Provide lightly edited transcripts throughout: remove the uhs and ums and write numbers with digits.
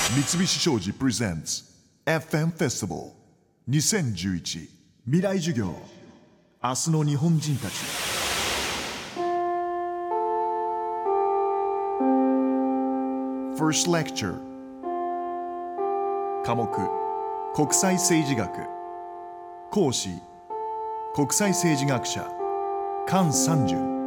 三菱商事プレゼンツ FM フェスティバル2011未来授業明日の日本人たちFirst Lecture 科目国際政治学講師国際政治学者菅三淳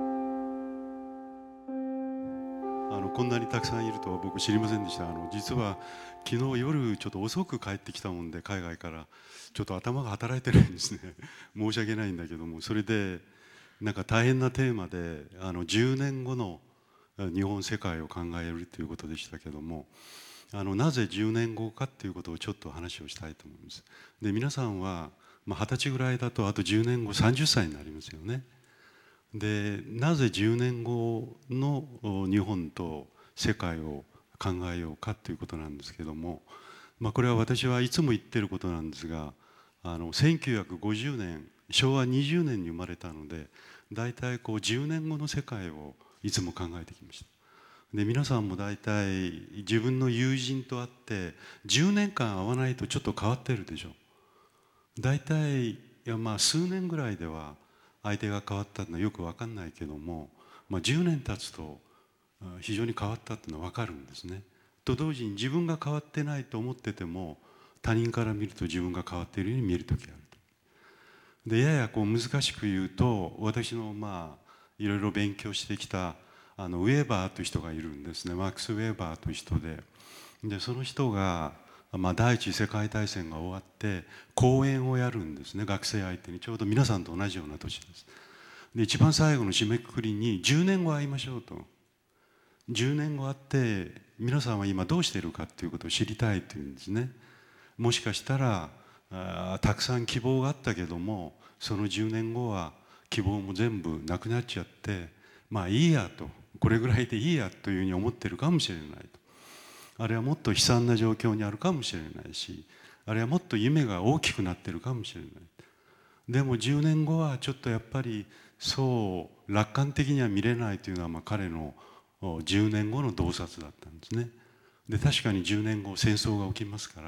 こんなにたくさんいるとは僕知りませんでした。実は昨日夜ちょっと遅く帰ってきたもんで、海外からちょっと頭が働いてないんですね申し訳ないんだけども、それでなんか大変なテーマで10年後の日本世界を考えるということでしたけども、なぜ10年後かっていうことをちょっと話をしたいと思います。で、皆さんは20歳ぐらいだとあと10年後30歳になりますよね。で、なぜ10年後の日本と世界を考えようかということなんですけども、これは私はいつも言ってることなんですが、1950年昭和20年に生まれたので、大体こう10年後の世界をいつも考えてきました。で、皆さんも大体自分の友人と会って10年間会わないとちょっと変わってるでしょ。大体数年ぐらいでは相手が変わったのはよく分かんないけども、10年経つと非常に変わったっていうのは分かるんですね。と同時に自分が変わってないと思ってても、他人から見ると自分が変わっているように見える時があると。で、ややこう難しく言うと、私のいろいろ勉強してきたウェーバーという人がいるんですね。マックス・ウェーバーという人で、その人が第一次世界大戦が終わって講演をやるんですね、学生相手に。ちょうど皆さんと同じような年です。で、一番最後の締めくくりに10年後会いましょうと。10年後会って皆さんは今どうしているかということを知りたいというんですね。もしかしたらたくさん希望があったけども、その10年後は希望も全部なくなっちゃって、いいやと、これぐらいでいいやというふうに思ってるかもしれないと。あれはもっと悲惨な状況にあるかもしれないし、あれはもっと夢が大きくなってるかもしれない。でも10年後はちょっとやっぱりそう楽観的には見れないというのは彼の10年後の洞察だったんですね。で、確かに10年後戦争が起きますから、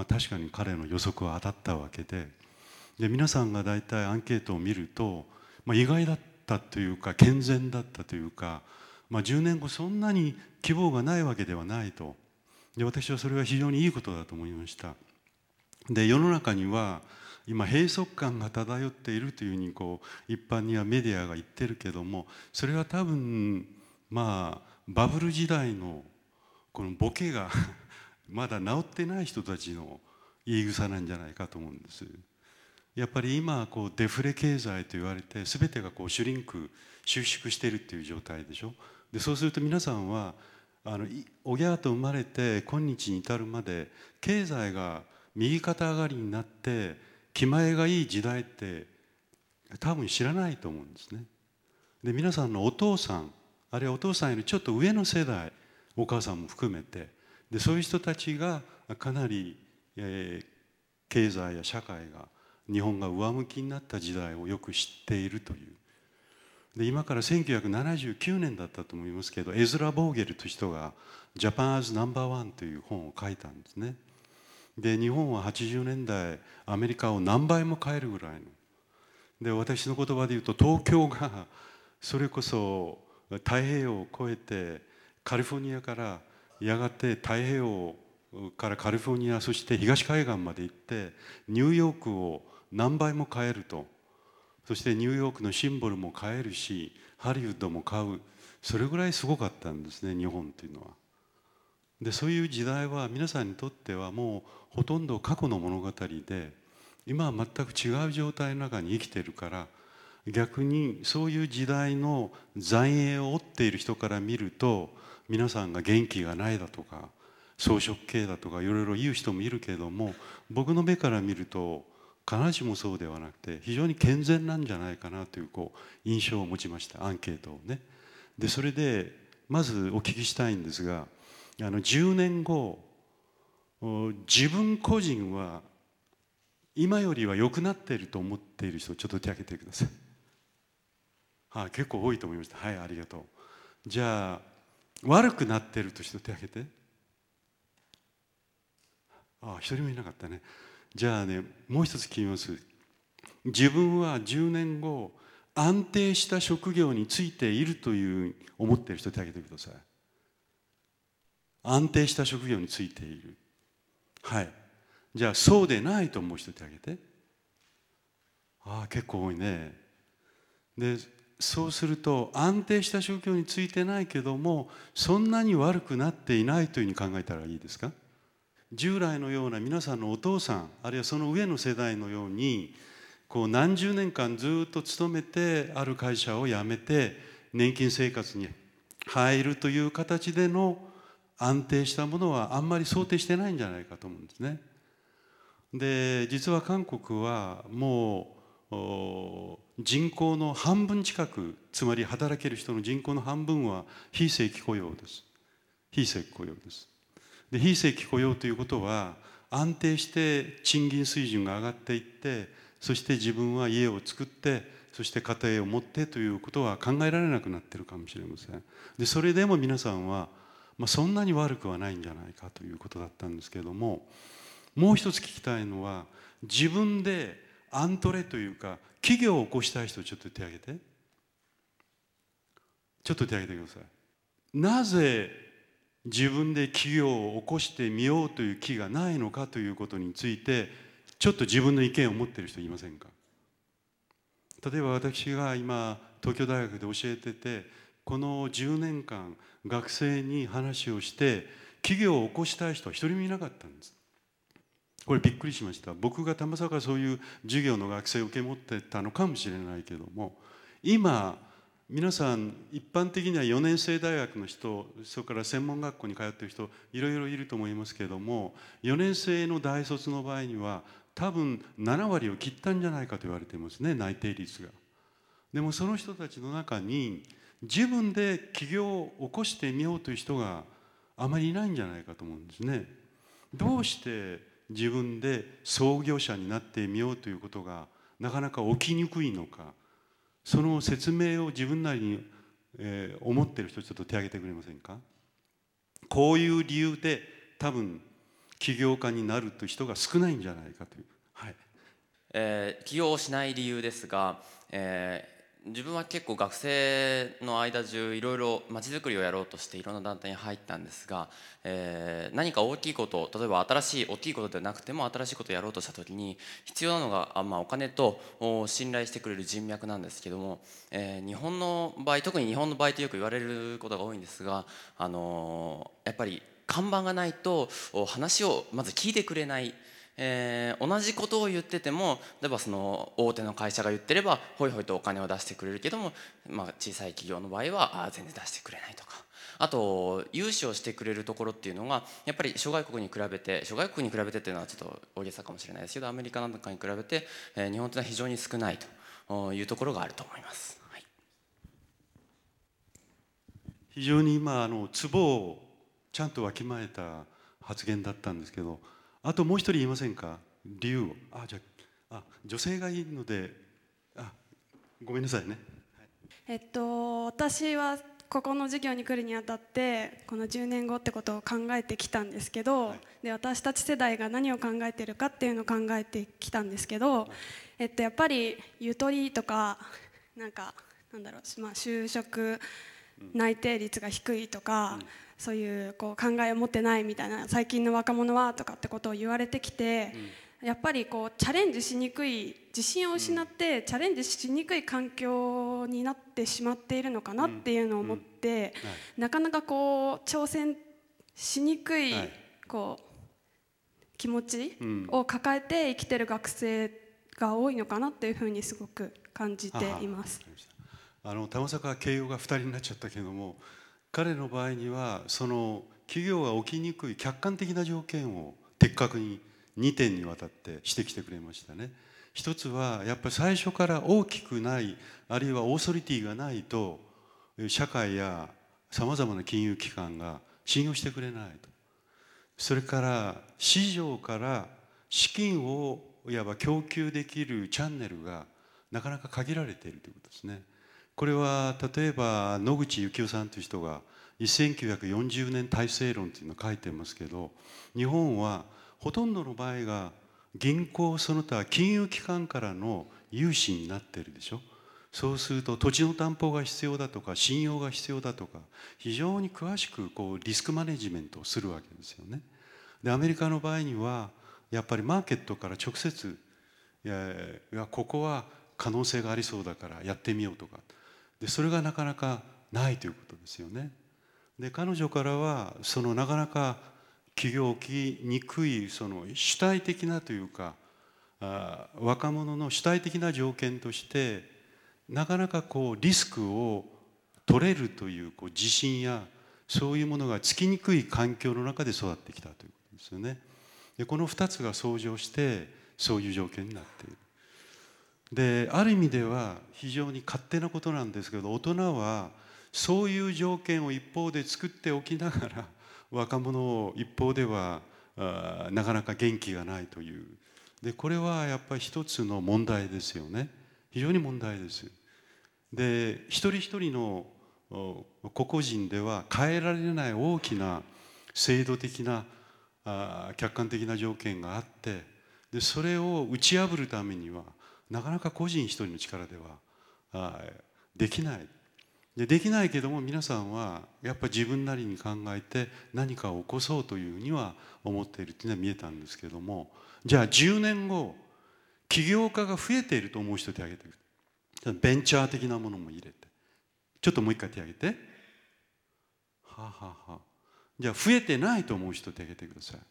確かに彼の予測は当たったわけで、皆さんが大体アンケートを見ると、意外だったというか健全だったというか、10年後そんなに希望がないわけではないと。で、私はそれは非常にいいことだと思いました。で、世の中には今閉塞感が漂っているというふうに一般にはメディアが言ってるけども、それは多分バブル時代のこのボケがまだ治ってない人たちの言い草なんじゃないかと思うんです。やっぱり今デフレ経済と言われて全てがシュリンク収縮しているっていう状態でしょ。で、そうすると皆さんはおぎゃーと生まれて今日に至るまで経済が右肩上がりになって気前がいい時代って多分知らないと思うんですね。で、皆さんのお父さん、あるいはお父さんよりちょっと上の世代、お母さんも含めて、でそういう人たちがかなり、経済や社会が日本が上向きになった時代をよく知っているという。で、今から1979年だったと思いますけど、エズラ・ボーゲルという人が「ジャパン・アズ・ナンバーワン」という本を書いたんですね。で、日本は80年代アメリカを何倍も変えるぐらいの。で、私の言葉で言うと東京がそれこそ太平洋を越えてカリフォルニアからやがて太平洋からカリフォルニア、そして東海岸まで行ってニューヨークを何倍も変えると。そしてニューヨークのシンボルも変えるし、ハリウッドも買う。それぐらいすごかったんですね、日本というのは。で、そういう時代は皆さんにとってはもうほとんど過去の物語で、今は全く違う状態の中に生きているから、逆にそういう時代の残影を追っている人から見ると、皆さんが元気がないだとか草食系だとかいろいろ言う人もいるけれども、僕の目から見ると必ずしもそうではなくて非常に健全なんじゃないかなという印象を持ちました、アンケートをね。で、それでまずお聞きしたいんですが、10年後自分個人は今よりは良くなっていると思っている人、ちょっと手を挙げてください。結構多いと思いました。はい、ありがとう。じゃあ悪くなっていると人手を挙げて。 あ、一人もいなかったね。じゃあね、もう一つ聞きます。自分は10年後安定した職業についているという思っている人手を挙げてください。安定した職業についている。はい。じゃあそうでないと思う人手を挙げて。ああ、結構多いね。で、そうすると安定した職業についてないけどもそんなに悪くなっていないというふうに考えたらいいですか。従来のような皆さんのお父さんあるいはその上の世代のようにこう何十年間ずっと勤めてある会社を辞めて年金生活に入るという形での安定したものはあんまり想定してないんじゃないかと思うんですね。で実は韓国はもう人口の半分近くつまり働ける人の人口の半分は非正規雇用です。非正規雇用です。で非正規雇用ということは安定して賃金水準が上がっていってそして自分は家を作ってそして家庭を持ってということは考えられなくなっているかもしれません。でそれでも皆さんは、そんなに悪くはないんじゃないかということだったんですけれどももう一つ聞きたいのは自分でアントレというか企業を起こしたい人ちょっと手を挙げてちょっと手を挙げてください。なぜ自分で企業を起こしてみようという気がないのかということについてちょっと自分の意見を持っている人いませんか。例えば私が今東京大学で教えててこの10年間学生に話をして企業を起こしたい人は一人もいなかったんです。これびっくりしました。僕がたまさかそういう授業の学生を受け持ってたのかもしれないけども今皆さん一般的には4年生大学の人それから専門学校に通っている人いろいろいると思いますけれども4年生の大卒の場合には多分7割を切ったんじゃないかと言われていますね内定率が。でもその人たちの中に自分で起業を起こしてみようという人があまりいないんじゃないかと思うんですね。どうして自分で創業者になってみようということがなかなか起きにくいのかその説明を自分なりに、思っている人ちょっと手を挙げてくれませんか。こういう理由で多分起業家になるという人が少ないんじゃないかという、はい。 起業をしない理由ですが、自分は結構学生の間中いろいろまちづくりをやろうとしていろんな団体に入ったんですが、何か大きいこと例えば新しい大きいことではなくても新しいことをやろうとした時に必要なのがお金と信頼してくれる人脈なんですけども、日本の場合特に日本の場合とよく言われることが多いんですが、やっぱり看板がないと話をまず聞いてくれない。同じことを言ってても例えばその大手の会社が言ってればホイホイとお金を出してくれるけども、小さい企業の場合は全然出してくれないとか、あと融資をしてくれるところっていうのがやっぱり諸外国に比べてっていうのはちょっと大げさかもしれないですけどアメリカなんかに比べて、日本というのは非常に少ないというところがあると思います。はい、 非常に今ツボをちゃんとわきまえた発言だったんですけどあともう一人いませんか理由を。じゃあ女性がいいのでごめんなさいね。 私はここの授業に来るにあたってこの10年後ってことを考えてきたんですけど、で私たち世代が何を考えてるかっていうのを考えてきたんですけど、やっぱりゆとりとかなんだろう、就職内定率が低いとか、そういう考えを持ってないみたいな最近の若者はとかってことを言われてきて、やっぱりチャレンジしにくい自信を失ってチャレンジしにくい環境になってしまっているのかなっていうのを思って、なかなか挑戦しにくい気持ちを抱えて生きてる学生が多いのかなっていうふうにすごく感じています。 玉坂慶応が2人になっちゃったけども彼の場合にはその企業が起きにくい客観的な条件を的確に2点にわたって指摘してくれましたね。一つはやっぱり最初から大きくないあるいはオーソリティがないと社会やさまざまな金融機関が信用してくれないと。それから市場から資金をいわば供給できるチャンネルがなかなか限られているということですね。これは例えば野口幸雄さんという人が 1940年体制論というのを書いてますけど、日本はほとんどの場合が銀行その他金融機関からの融資になってるでしょ。そうすると土地の担保が必要だとか信用が必要だとか、非常に詳しくリスクマネジメントをするわけですよね。でアメリカの場合にはやっぱりマーケットから直接ここは可能性がありそうだからやってみようとか、でそれがなかなかないということですよね。で彼女からはそのなかなか起業起きにくいその主体的なというか若者の主体的な条件としてなかなかリスクを取れるという自信やそういうものがつきにくい環境の中で育ってきたということですよね。でこの2つが相乗してそういう条件になっている。である意味では非常に勝手なことなんですけど、大人はそういう条件を一方で作っておきながら若者を一方ではなかなか元気がないという。でこれはやっぱり一つの問題ですよね。非常に問題です。で一人一人の個々人では変えられない大きな制度的な客観的な条件があって、でそれを打ち破るためにはなかなか個人一人の力ではできない。できないけども皆さんはやっぱり自分なりに考えて何かを起こそうというふうには思っているというのは見えたんですけども、じゃあ10年後起業家が増えていると思う人手を挙げてくる。ベンチャー的なものも入れて、ちょっともう一回手を挙げて。ははは。じゃあ増えてないと思う人手を挙げてください。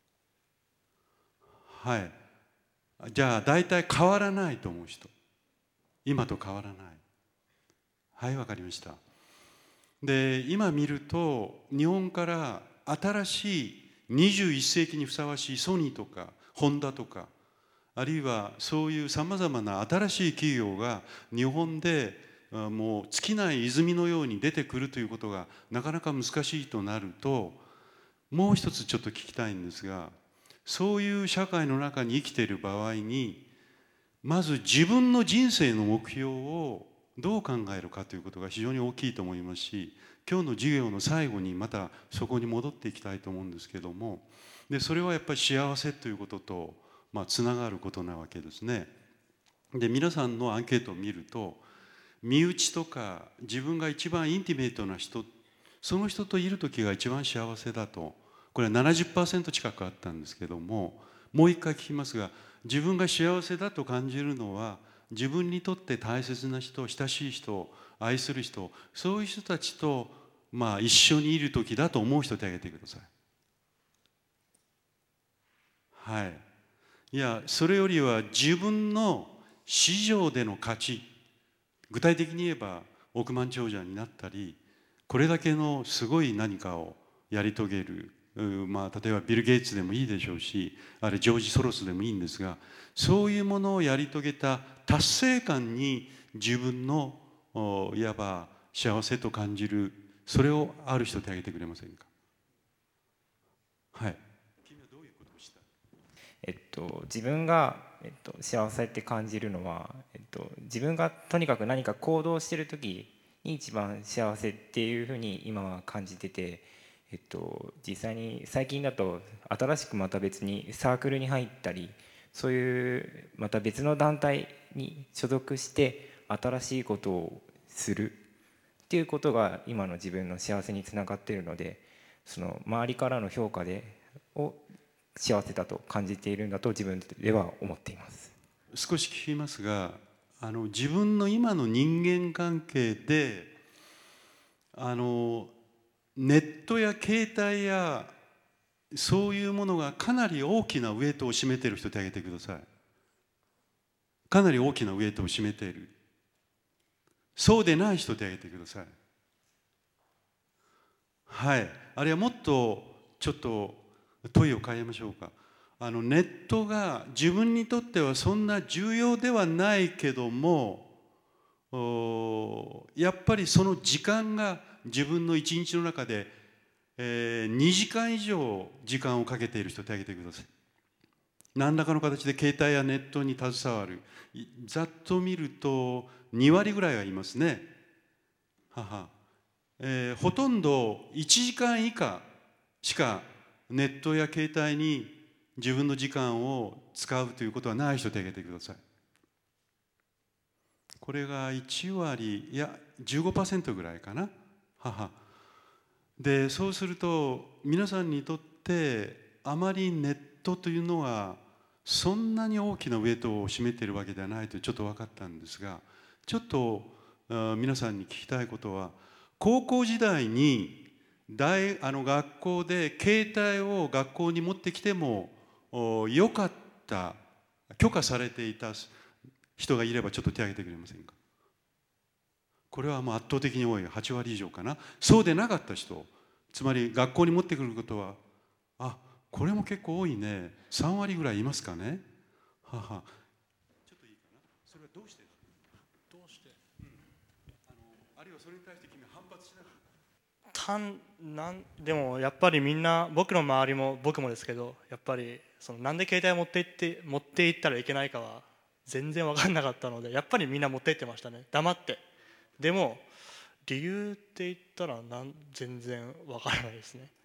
はい。じゃあ大体変わらないと思う人、今と変わらない。はい、わかりました。で今見ると日本から新しい21世紀にふさわしいソニーとかホンダとか、あるいはそういうさまざまな新しい企業が日本でもう尽きない泉のように出てくるということがなかなか難しいとなると、もう一つちょっと聞きたいんですが、そういう社会の中に生きている場合にまず自分の人生の目標をどう考えるかということが非常に大きいと思いますし、今日の授業の最後にまたそこに戻っていきたいと思うんですけども、でそれはやっぱり幸せということとつながることなわけですね。で皆さんのアンケートを見ると、身内とか自分が一番インティメートな人、その人といる時が一番幸せだと、これは 70% 近くあったんですけども、もう一回聞きますが、自分が幸せだと感じるのは自分にとって大切な人、親しい人、愛する人、そういう人たちと一緒にいる時だと思う人手を挙げてください。はい。いやそれよりは自分の市場での価値、具体的に言えば億万長者になったり、これだけのすごい何かをやり遂げる、例えばビル・ゲイツでもいいでしょうし、あれジョージ・ソロスでもいいんですが、そういうものをやり遂げた達成感に自分のいわば幸せと感じる、それをある人手を挙げてくれませんか。はい。君はどういうことをした？ 自分が、幸せって感じるのは、自分がとにかく何か行動してる時に一番幸せっていうふうに今は感じてて、実際に最近だと新しくまた別にサークルに入ったり、そういうまた別の団体に所属して新しいことをするっていうことが今の自分の幸せにつながっているので、その周りからの評価を幸せだと感じているんだと自分では思っています。 少し聞きますが、自分の今の人間関係でネットや携帯やそういうものがかなり大きなウエイトを占めている人手を挙げてください。かなり大きなウエイトを占めている。そうでない人手を挙げてください。はい。あるいはもっとちょっと問いを変えましょうか。ネットが自分にとってはそんな重要ではないけども、やっぱりその時間が自分の一日の中で、2時間以上時間をかけている人手を挙げてください。何らかの形で携帯やネットに携わる、ざっと見ると2割ぐらいはいますね。はは。 ほとんど1時間以下しかネットや携帯に自分の時間を使うということはない人手を挙げてください。これが1割いや 15% ぐらいかな。でそうすると皆さんにとってあまりネットというのはそんなに大きなウエイトを占めているわけではないとちょっと分かったんですが、ちょっと皆さんに聞きたいことは、高校時代に学校で携帯を学校に持ってきてもよかった、許可されていた人がいればちょっと手を挙げてくれませんか。これはもう圧倒的に多い、8割以上かな。そうでなかった人、つまり学校に持ってくることは、これも結構多いね、3割ぐらいいますかね。ちょっといいかな。それはどうしてあるいはそれに対して君は反発しなかった。 でもやっぱりみんな、僕の周りも僕もですけど、やっぱりなんで携帯持って行ったらいけないかは全然分かんなかったので、やっぱりみんな持って行ってましたね、黙って。でも理由って言ったら全然分からないですね。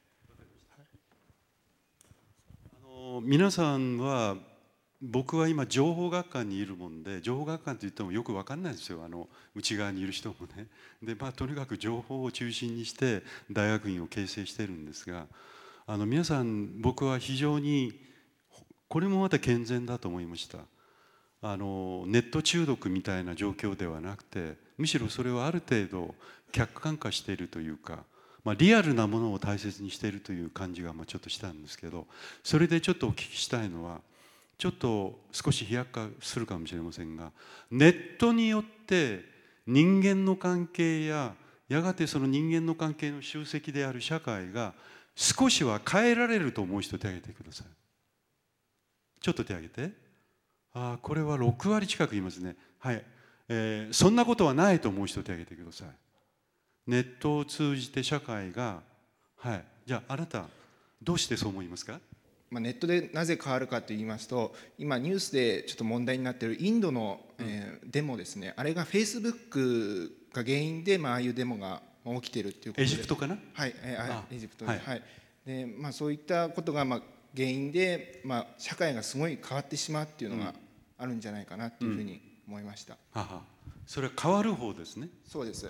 皆さんは、僕は今情報学館にいるもんで、情報学館といってもよく分かんないですよ、内側にいる人もね。でとにかく情報を中心にして大学院を形成しているんですが、皆さん、僕は非常にこれもまた健全だと思いました。ネット中毒みたいな状況ではなくて、むしろそれはある程度客観化しているというか、リアルなものを大切にしているという感じがちょっとしたんですけど、それでちょっとお聞きしたいのは、ちょっと少し飛躍化するかもしれませんが、ネットによって人間の関係ややがてその人間の関係の集積である社会が少しは変えられると思う人手を挙げてください。ちょっと手を挙げて。これは6割近くいますね。はい、そんなことはないと思う人手を挙げてください。ネットを通じて社会が、じゃああなたどうしてそう思いますか。 ネットでなぜ変わるかといいますと、今ニュースでちょっと問題になっているインドの、デモですね。あれがフェイスブックが原因で、ああいうデモが起きているということで。 エジプトかな。 エジプトで、でそういったことが原因で、社会がすごい変わってしまうっていうのがあるんじゃないかなというふうに思いました。 それは変わる方ですね。 そうです。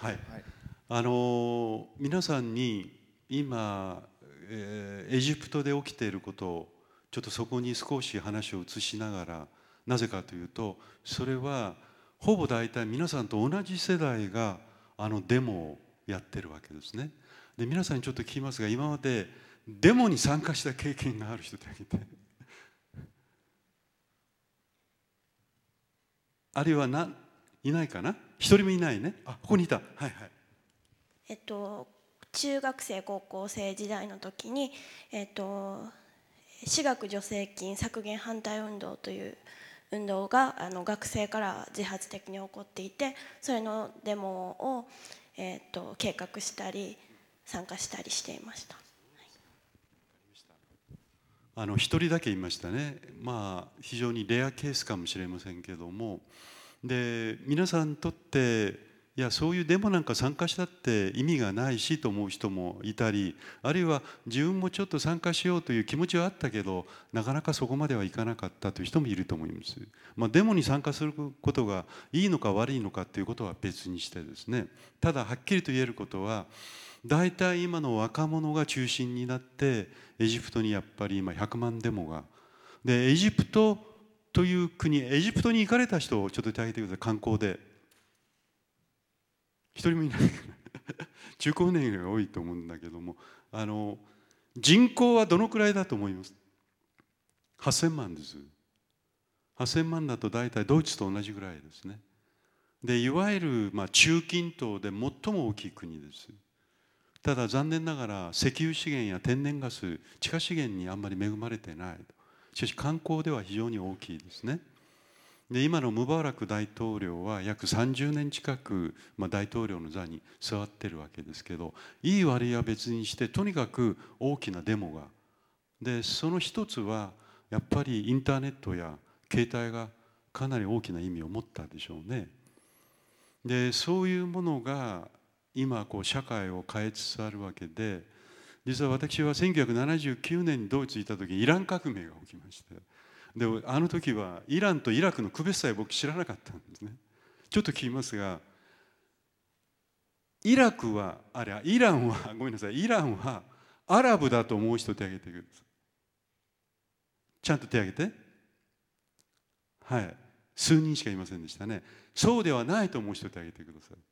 皆さんに今エジプトで起きていることをちょっとそこに少し話を移しながら、なぜかというと、それはほぼ大体皆さんと同じ世代がデモをやってるわけですね。で皆さんにちょっと聞きますが、今までデモに参加した経験がある人手を挙げて。あるいはいないかな。一人もいないね。ここにいた。 中学生高校生時代の時に、私学助成金削減反対運動という運動が学生から自発的に起こっていて、それのデモを、計画したり参加したりしていました。 一人だけいましたね。非常にレアケースかもしれませんけども、で皆さんにとってそういうデモなんか参加したって意味がないしと思う人もいたり、あるいは自分もちょっと参加しようという気持ちはあったけどなかなかそこまではいかなかったという人もいると思います。デモに参加することがいいのか悪いのかということは別にしてですね、ただはっきりと言えることは、大体今の若者が中心になってエジプトにやっぱり今100万デモが。でエジプトという国、エジプトに行かれた人をちょっと手を挙げてください。観光で一人もいない中高年が多いと思うんだけども、人口はどのくらいだと思います。8000万です。8000万だと大体ドイツと同じぐらいですね。でいわゆる中近東で最も大きい国です。ただ残念ながら石油資源や天然ガス、地下資源にあんまり恵まれてない。しかし観光では非常に大きいですね。で今のムバラク大統領は約30年近く、大統領の座に座ってるわけですけど、いい悪いは別にしてとにかく大きなデモが。でその一つはやっぱりインターネットや携帯がかなり大きな意味を持ったでしょうね。でそういうものが今こう社会を変えつつあるわけで、実は私は1979年にドイツにいた時にイラン革命が起きまして、であの時はイランとイラクの区別さえ僕知らなかったんですね。ちょっと聞きますが、イランはごめんなさい、イランはアラブだと思う人手挙げてください。ちゃんと手挙げて。はい、数人しかいませんでしたね。そうではないと思う人手挙げてください。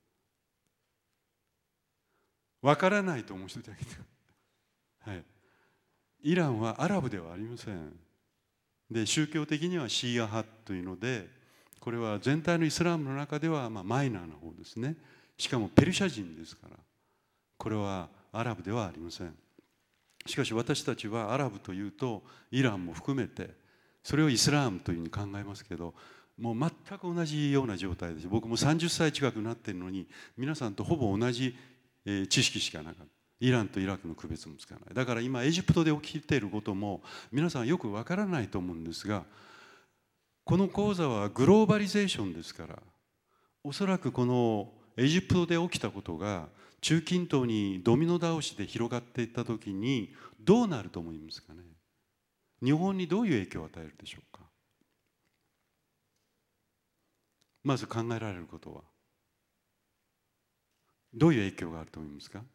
わからないと思う人手挙げてください。はい、イランはアラブではありません。で、宗教的にはシーア派というので、これは全体のイスラムの中ではマイナーな方ですね。しかもペルシャ人ですから、これはアラブではありません。しかし私たちはアラブというとイランも含めてそれをイスラムというふうに考えますけど、もう全く同じような状態です。僕も30歳近くなっているのに皆さんとほぼ同じ知識しかなかった。イランとイラクの区別もつかない。だから今エジプトで起きていることも皆さんよくわからないと思うんですが、この講座はグローバリゼーションですから、おそらくこのエジプトで起きたことが中近東にドミノ倒しで広がっていった時にどうなると思いますかね。日本にどういう影響を与えるでしょうか。まず考えられることはどういう影響があると思いますか。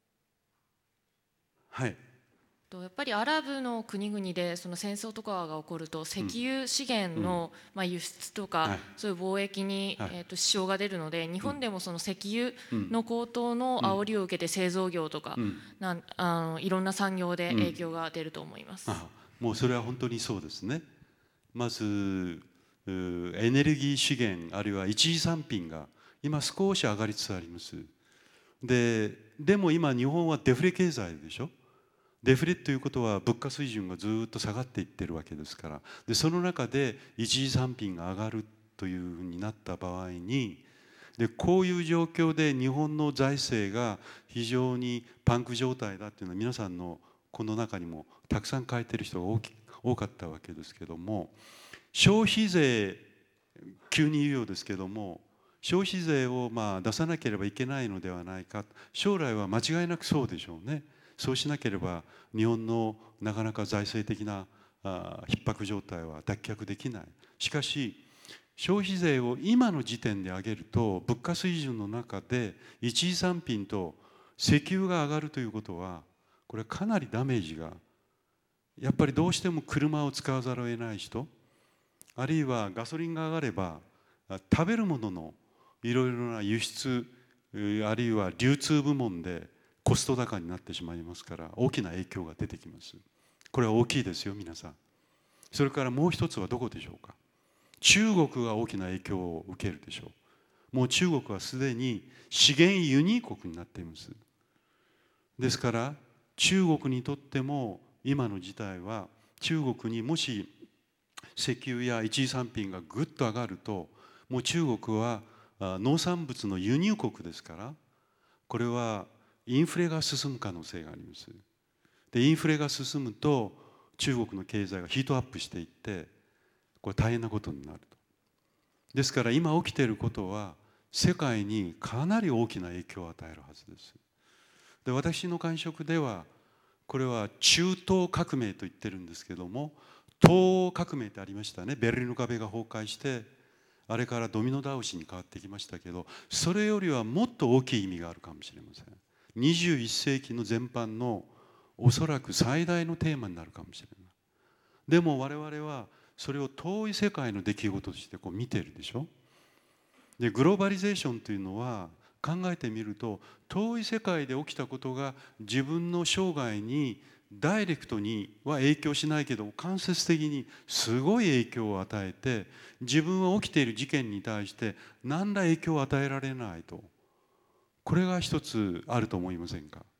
はい。 やっぱりアラブの国々でその戦争とかが起こると石油資源の輸出とかそういう貿易に支障が出るので、日本でもその石油の高騰の煽りを受けて製造業とかいろんな産業で影響が出ると思います。 もうそれは本当にそうですね。まずエネルギー資源あるいは一次産品が今少し上がりつつあります。でも今日本はデフレ経済でしょ。デフレということは物価水準がずっと下がっていってるわけですから、でその中で一次産品が上がるというふうになった場合に、でこういう状況で日本の財政が非常にパンク状態だっていうのは皆さんのこの中にもたくさん書いてる人が多かったわけですけども、消費税急に言うようですけども、消費税を出さなければいけないのではないか、将来は間違いなくそうでしょうね。そうしなければ日本のなかなか財政的な逼迫状態は脱却できない。しかし消費税を今の時点で上げると物価水準の中で一次産品と石油が上がるということは、これかなりダメージが、やっぱりどうしても車を使わざるを得ない人、あるいはガソリンが上がれば食べるもののいろいろな輸出あるいは流通部門でコスト高になってしまいますから、大きな影響が出てきます。これは大きいですよ皆さん。それからもう一つはどこでしょうか。中国が大きな影響を受けるでしょう。もう中国はすでに資源輸入国になっています。ですから中国にとっても今の事態は、中国にもし石油や一次産品がぐっと上がると、もう中国は農産物の輸入国ですから、これはインフレが進む可能性があります。でインフレが進むと中国の経済がヒートアップしていって、これ大変なことになると。ですから今起きていることは世界にかなり大きな影響を与えるはずです。で私の感触ではこれは中東革命と言ってるんですけども、東欧革命ってありましたね。ベルリンの壁が崩壊してあれからドミノ倒しに変わってきましたけど、それよりはもっと大きい意味があるかもしれません。21世紀の全般のおそらく最大のテーマになるかもしれない。でも我々はそれを遠い世界の出来事としてこう見ているでしょ。でグローバリゼーションというのは考えてみると、遠い世界で起きたことが自分の生涯にダイレクトには影響しないけど間接的にすごい影響を与えて、自分は起きている事件に対して何ら影響を与えられないと、これが一つあると思いませんか。